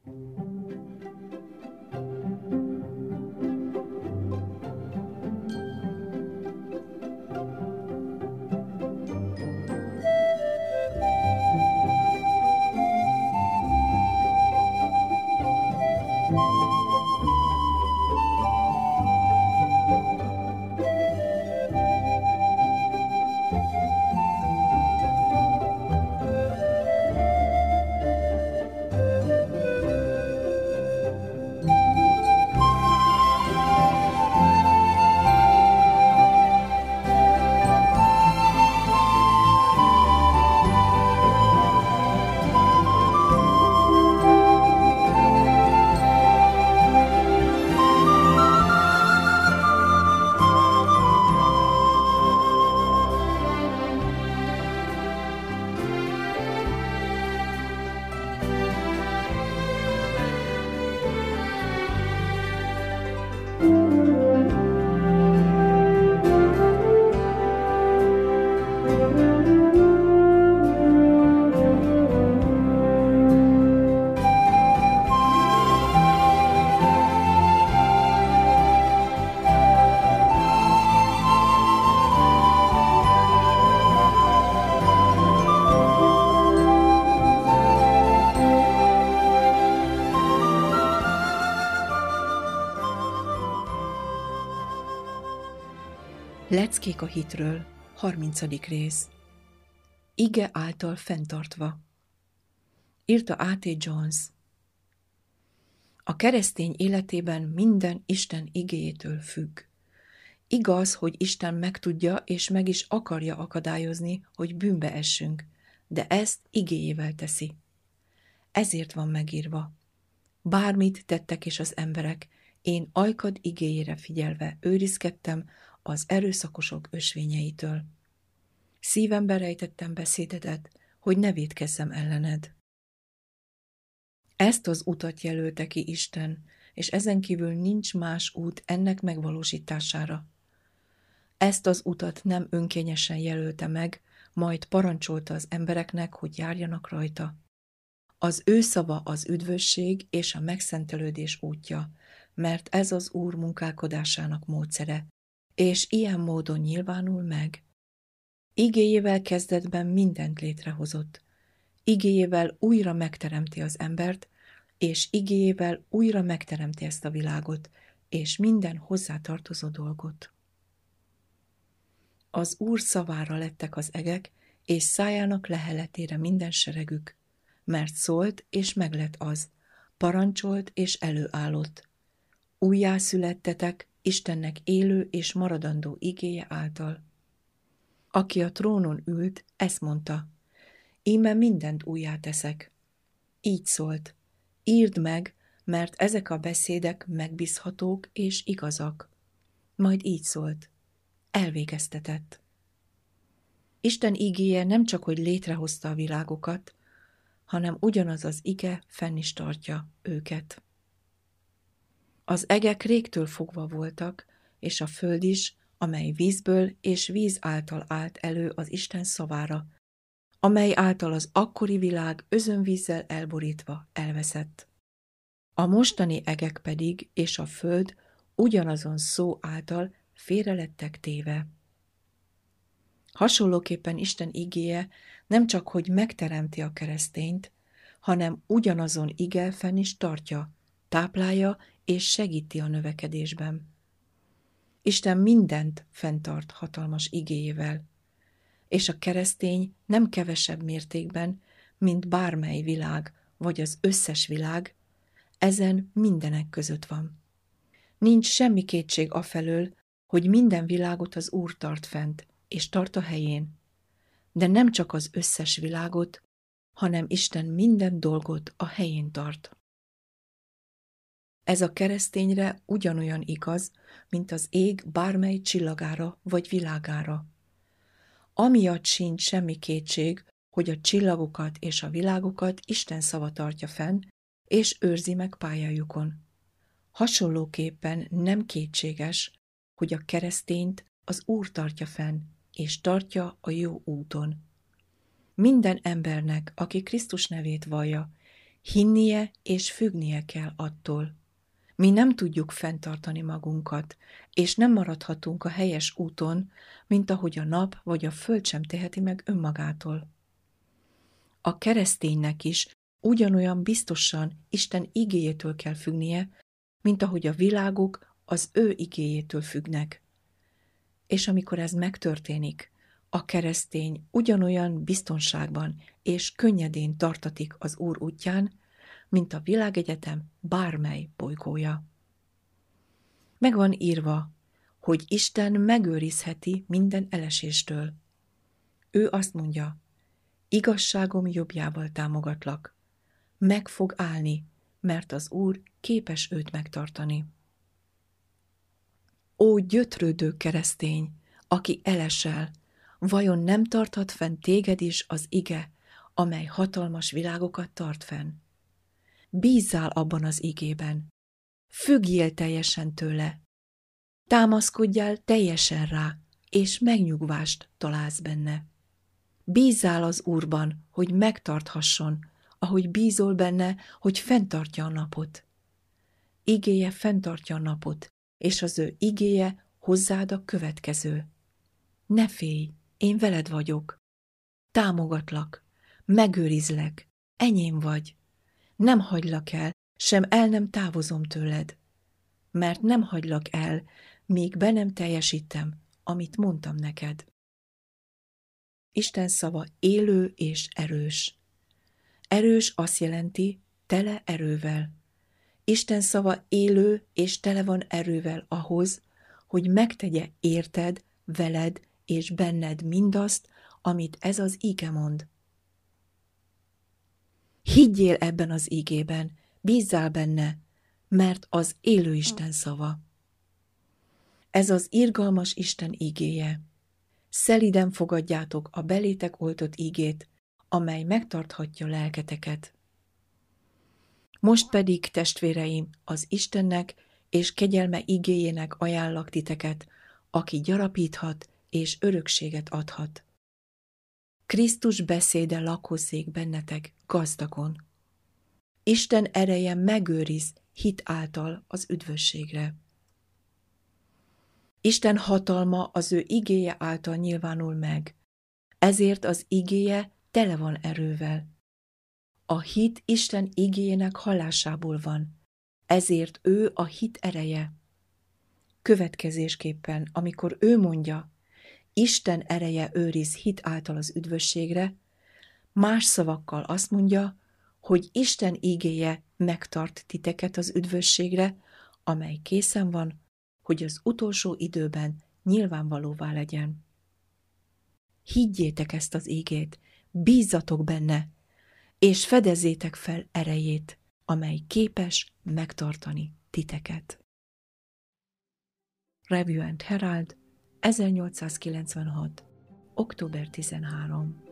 Leckék a hitről, 30. rész. Ige által fenntartva. Írta A.T. Jones. A keresztény életében minden Isten igéjétől függ. Igaz, hogy Isten meg tudja és meg is akarja akadályozni, hogy bűnbe essünk, de ezt igéjével teszi. Ezért van megírva. Bármit tettek is az emberek, én ajkad igéjére figyelve őrizkedtem az erőszakosok ösvényeitől. Szívembe rejtettem beszédedet, hogy ne vétkezzem ellened. Ezt az utat jelölte ki Isten, és ezen kívül nincs más út ennek megvalósítására. Ezt az utat nem önkényesen jelölte meg, majd parancsolta az embereknek, hogy járjanak rajta. Az ő szava az üdvösség és a megszentelődés útja, mert ez az Úr munkálkodásának módszere, és ilyen módon nyilvánul meg. Igéjével kezdetben mindent létrehozott. Igéjével újra megteremti az embert, és igéjével újra megteremti ezt a világot, és minden hozzátartozó dolgot. Az Úr szavára lettek az egek, és szájának leheletére minden seregük, mert szólt, és meglett az, parancsolt, és előállott. Újjászülettetek Istennek élő és maradandó igéje által. Aki a trónon ült, ezt mondta, íme mindent újjá teszek. Így szólt, írd meg, mert ezek a beszédek megbízhatók és igazak. Majd így szólt, elvégeztetett. Isten igéje nem csak, hogy létrehozta a világokat, hanem ugyanaz az ige fenn is tartja őket. Az egek régtől fogva voltak, és a föld is, amely vízből és víz által állt elő az Isten szavára, amely által az akkori világ özönvízzel elborítva elveszett. A mostani egek pedig és a föld ugyanazon szó által félrelettek téve. Hasonlóképpen Isten igéje nem csak, hogy megteremti a keresztényt, hanem ugyanazon ige fenn is tartja, táplálja és segíti a növekedésben. Isten mindent fenntart hatalmas igéjével, és a keresztény nem kevesebb mértékben, mint bármely világ, vagy az összes világ, ezen mindenek között van. Nincs semmi kétség afelől, hogy minden világot az Úr tart fent, és tart a helyén. De nem csak az összes világot, hanem Isten minden dolgot a helyén tart. Ez a keresztényre ugyanolyan igaz, mint az ég bármely csillagára vagy világára. Amiatt sincs semmi kétség, hogy a csillagokat és a világokat Isten szava tartja fenn, és őrzi meg pályájukon. Hasonlóképpen nem kétséges, hogy a keresztényt az Úr tartja fenn, és tartja a jó úton. Minden embernek, aki Krisztus nevét vallja, Hinnie és függnie kell attól. Mi nem tudjuk fenntartani magunkat, és nem maradhatunk a helyes úton, mint ahogy a nap vagy a föld sem teheti meg önmagától. A kereszténynek is ugyanolyan biztosan Isten igéjétől kell függnie, mint ahogy a világok az ő igéjétől függnek. És amikor ez megtörténik, a keresztény ugyanolyan biztonságban és könnyedén tartatik az Úr útján, mint a világegyetem bármely bolygója. Meg van írva, hogy Isten megőrizheti minden eleséstől. Ő azt mondja, igazságom jobbjával támogatlak. Meg fog állni, mert az Úr képes őt megtartani. Ó, gyötrődő keresztény, aki elesel, vajon nem tarthat fenn téged is az ige, amely hatalmas világokat tart fenn? Bízzál abban az igében, függjél teljesen tőle, támaszkodjál teljesen rá, és megnyugvást találsz benne. Bízzál az Úrban, hogy megtarthasson, ahogy bízol benne, hogy fenntartja a napot. Igéje fenntartja a napot, és az ő igéje hozzád a következő. Ne félj, én veled vagyok. Támogatlak, megőrizlek, enyém vagy. Nem hagylak el, sem el nem távozom tőled. Mert nem hagylak el, míg be nem teljesítem, amit mondtam neked. Isten szava élő és erős. Erős azt jelenti, tele erővel. Isten szava élő és tele van erővel ahhoz, hogy megtegye érted, veled és benned mindazt, amit ez az íge mond. Higgyél ebben az ígében, bízzál benne, mert az élő Isten szava. Ez az irgalmas Isten ígéje. Szeliden fogadjátok a belétek oltott ígét, amely megtarthatja lelketeket. Most pedig, testvéreim, az Istennek és kegyelme igéjének ajánlak titeket, aki gyarapíthat és örökséget adhat. Krisztus beszéde lakozzék bennetek gazdagon. Isten ereje megőriz hit által az üdvösségre. Isten hatalma az ő igéje által nyilvánul meg, ezért az igéje tele van erővel. A hit Isten igéjének hallásából van, ezért ő a hit ereje. Következésképpen, amikor ő mondja, Isten ereje őriz hit által az üdvösségre, más szavakkal azt mondja, hogy Isten igéje megtart titeket az üdvösségre, amely készen van, hogy az utolsó időben nyilvánvalóvá legyen. Higgyétek ezt az igét, bízzatok benne, és fedezzétek fel erejét, amely képes megtartani titeket. Review and Herald, 1896. október 13.